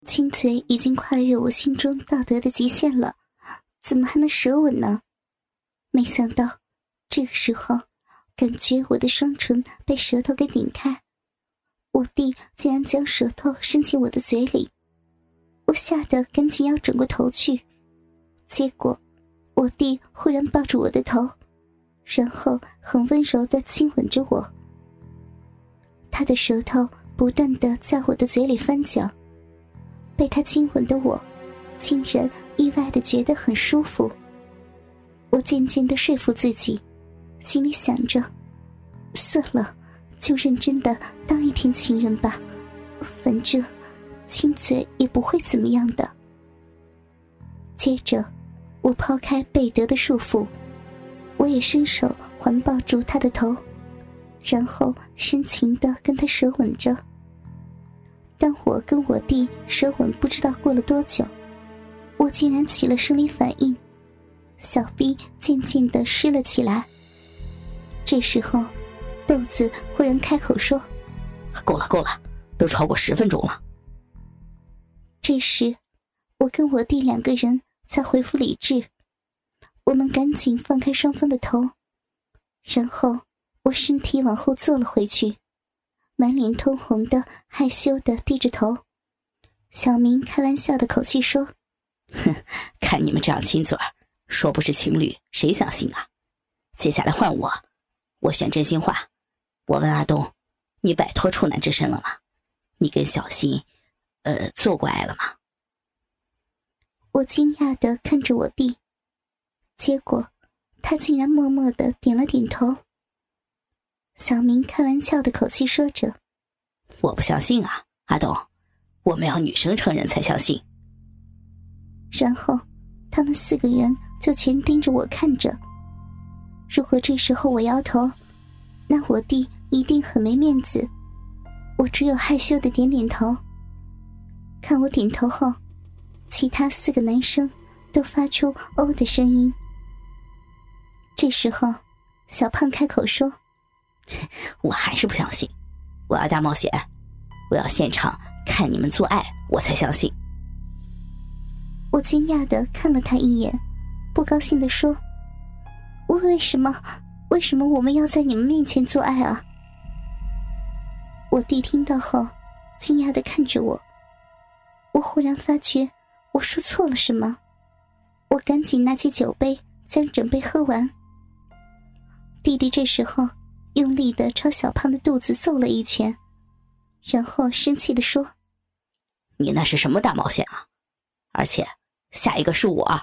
亲嘴已经跨越我心中道德的极限了，怎么还能舌吻呢？没想到这个时候感觉我的双唇被舌头给顶开，我弟竟然将舌头伸进我的嘴里，我吓得赶紧要转过头去，结果我弟忽然抱住我的头，然后很温柔地亲吻着我。他的舌头不断地在我的嘴里翻搅，被他亲吻的我竟然意外地觉得很舒服。我渐渐地说服自己，心里想着，算了，就认真的当一天情人吧，反正亲嘴也不会怎么样的。接着我抛开贝德的束缚，我也伸手环抱住他的头，然后深情地跟他舌吻着。当我跟我弟舌吻不知道过了多久，我竟然起了生理反应，小臂渐渐地湿了起来。这时候豆子忽然开口说， 够了够了，都超过10分钟了。 这时我跟我弟2个人才恢复理智，我们赶紧放开双方的头，然后我身体往后坐了回去，满脸通红的害羞的低着头。小明开玩笑的口气说， 哼，看你们这样亲嘴，说不是情侣谁相信啊？接下来换我选真心话。我问阿东，你摆脱处男之身了吗？你跟小新做过爱了吗？ 我惊讶地看着我弟，结果他竟然默默地点了点头。小明开玩笑的口气说着， 我不相信啊，阿东，我们要女生承认才相信。 然后他们4个人就全盯着我看着。如果这时候我摇头，那我弟一定很没面子，我只有害羞的点点头。看我点头后，其他4个男生都发出哦的声音。这时候小胖开口说， 我还是不相信，我要大冒险，我要现场看你们做爱我才相信。 我惊讶地看了他一眼，不高兴地说，为什么我们要在你们面前做爱啊？我弟听到后惊讶地看着我，我忽然发觉我说错了什么，我赶紧拿起酒杯将整杯喝完。弟弟这时候用力地朝小胖的肚子揍了一拳，然后生气地说， 你那是什么大冒险啊？而且下一个是我。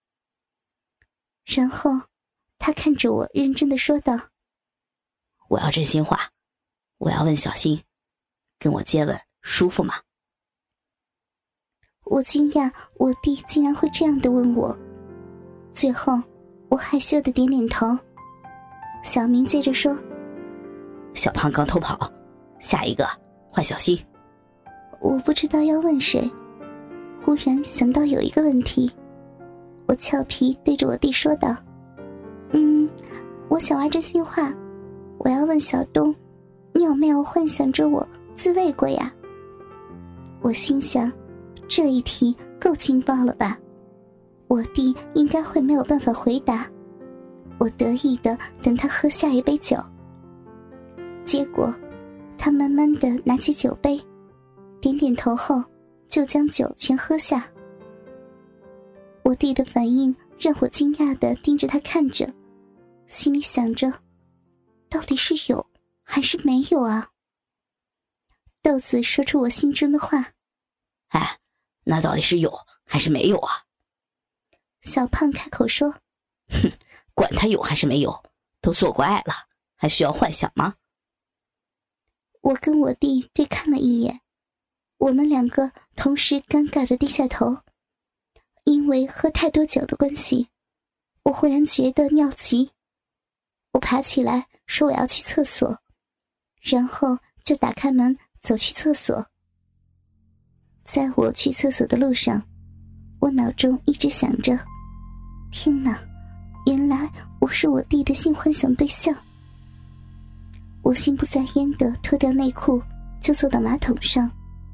然后他看着我认真地说道， 我要真心话，我要问小新，跟我接吻舒服吗？ 我惊讶我弟竟然会这样地问我，最后我害羞地点点头。小明接着说， 小胖刚偷跑，下一个换小新。 我不知道要问谁，忽然想到有一个问题，我俏皮对着我弟说道，我想玩真心话，我要问小东，你有没有幻想着我自慰过呀？我心想，这一题够劲爆了吧，我弟应该会没有办法回答。我得意地等他喝下一杯酒，结果他慢慢地拿起酒杯，点点头后就将酒全喝下。我弟的反应让我惊讶地盯着他看着，心里想着，到底是有还是没有啊？豆子说出我心中的话， 哎，那到底是有还是没有啊？ 小胖开口说， 哼，管他有还是没有，都做过爱了，还需要幻想吗？ 我跟我弟对看了一眼，我们2个同时尴尬地低下头。因为喝太多酒的关系，我忽然觉得尿急，我爬起来说我要去厕所，然后就打开门走去厕所。在我去厕所的路上，我脑中一直想着，天哪，原来我是我弟的性幻想对象。我心不在焉地脱掉内裤，就坐到马桶上，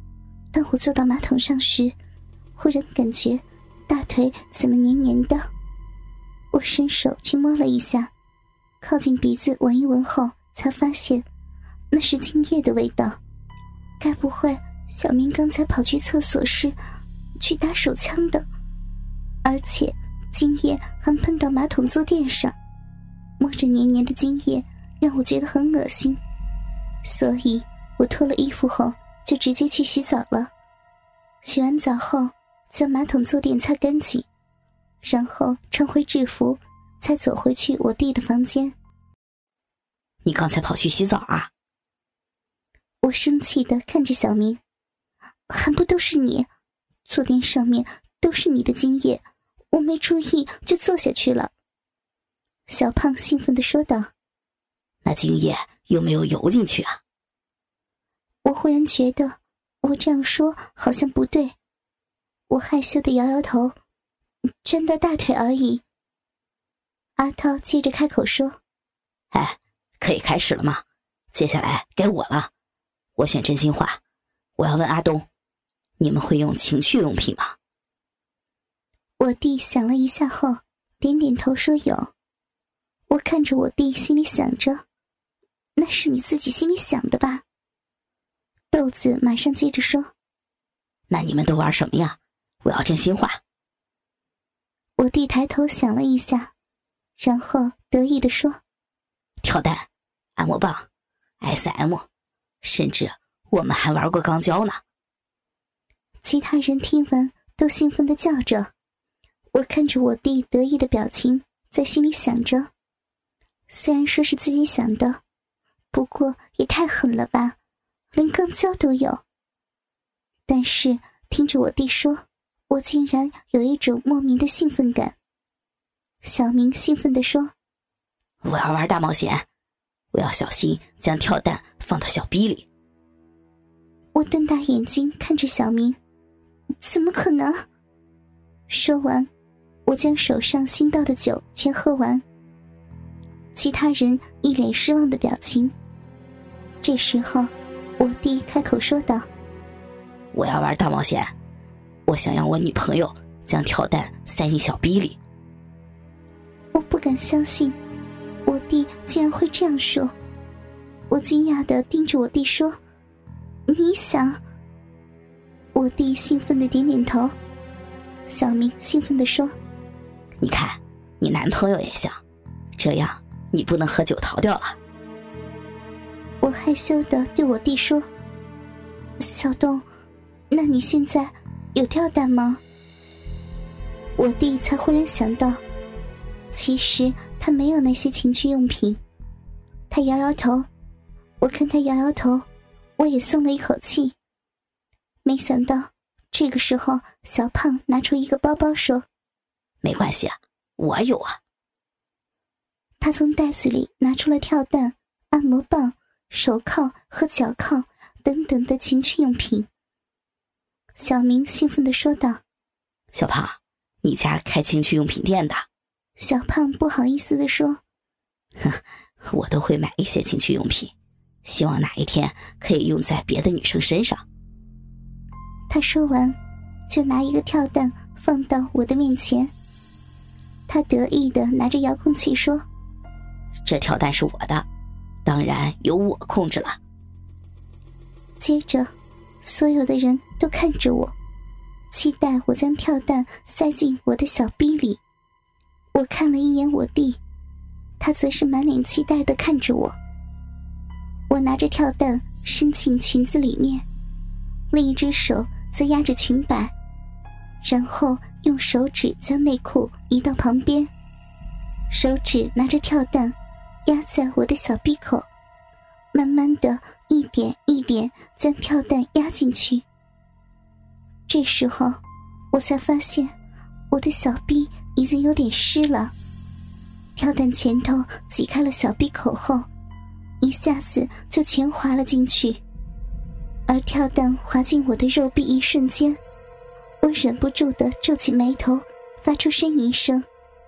当我坐到马桶上时，忽然感觉大腿怎么黏黏的。我伸手去摸了一下，靠近鼻子闻一闻后，才发现那是精液的味道。该不会小明刚才跑去厕所时去打手枪的？而且精液还喷到马桶坐垫上，摸着黏黏的精液让我觉得很恶心，所以我脱了衣服后就直接去洗澡了。洗完澡后将马桶坐垫擦干净，然后穿回制服，才走回去我弟的房间。 你刚才跑去洗澡啊？ 我生气地看着小明，还不都是你？坐垫上面都是你的精液，我没注意就坐下去了。小胖兴奋地说道。 那精液有没有游进去啊？ 我忽然觉得我这样说好像不对，我害羞地摇摇头，沾到大腿而已。阿涛接着开口说， 哎，可以开始了吗？接下来该我了，我选真心话，我要问阿东，你们会用情趣用品吗？ 我弟想了一下后点点头说有。我看着我弟心里想着，那是你自己心里想的吧？豆子马上接着说， 那你们都玩什么呀？我要真心话。 我弟抬头想了一下，然后得意地说， 跳蛋、按摩棒、SM， 甚至我们还玩过钢胶呢。 其他人听完都兴奋地叫着。我看着我弟得意的表情，在心里想着，虽然说是自己想的，不过也太狠了吧，连钢胶都有。但是听着我弟说，我竟然有一种莫名的兴奋感。小明兴奋地说， 我要玩大冒险，我要小心将跳蛋放到小逼里。 我瞪大眼睛看着小明，怎么可能？说完，我将手上新倒的酒全喝完。其他人一脸失望的表情。这时候我弟开口说道， 我要玩大冒险，我想要我女朋友将跳蛋塞进小逼里。 我不敢相信我弟竟然会这样说。我惊讶地盯着我弟说，你想？我弟兴奋地点点头。小明兴奋地说， 你看你男朋友也想，这样你不能喝酒逃掉了。 我害羞地对我弟说，小东，那你现在有跳蛋吗？我弟才忽然想到，其实他没有那些情趣用品。他摇摇头，我看他摇摇头，我也松了一口气。没想到这个时候小胖拿出一个包包说， 没关系啊，我有啊。 他从袋子里拿出了跳蛋、按摩棒、手铐和脚铐等等的情趣用品。小明兴奋地说道， 小胖，你家开情趣用品店的？ 小胖不好意思地说， 哼，我都会买一些情趣用品，希望哪一天可以用在别的女生身上。 他说完就拿一个跳蛋放到我的面前。他得意地拿着遥控器说， 这跳蛋是我的，当然由我控制了。 接着所有的人都看着我，期待我将跳蛋塞进我的小逼里。我看了一眼我弟，他则是满脸期待地看着我。我拿着跳蛋伸进裙子里面，另一只手则压着裙摆，然后用手指将内裤移到旁边，手指拿着跳蛋压在我的小闭口，慢慢的一点一点将跳蛋压进去。这时候我才发现我的小臂已经有点湿了。跳蛋前头挤开了小闭口后，一下子就全滑了进去。而跳蛋滑进我的肉壁一瞬间，我忍不住地皱起眉头，发出呻吟声。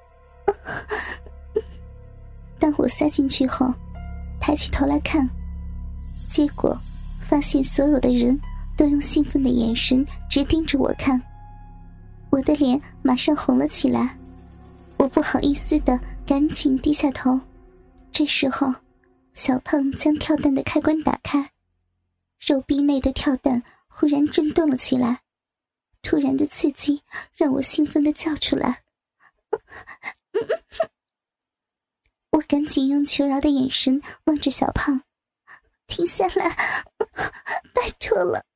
当我塞进去后，抬起头来看，结果发现所有的人都用兴奋的眼神直盯着我看。我的脸马上红了起来，我不好意思的赶紧低下头。这时候小胖将跳蛋的开关打开，肉壁内的跳蛋忽然震动了起来，突然的刺激让我兴奋的叫出来。我赶紧用求饶的眼神望着小胖，停下来，拜托了，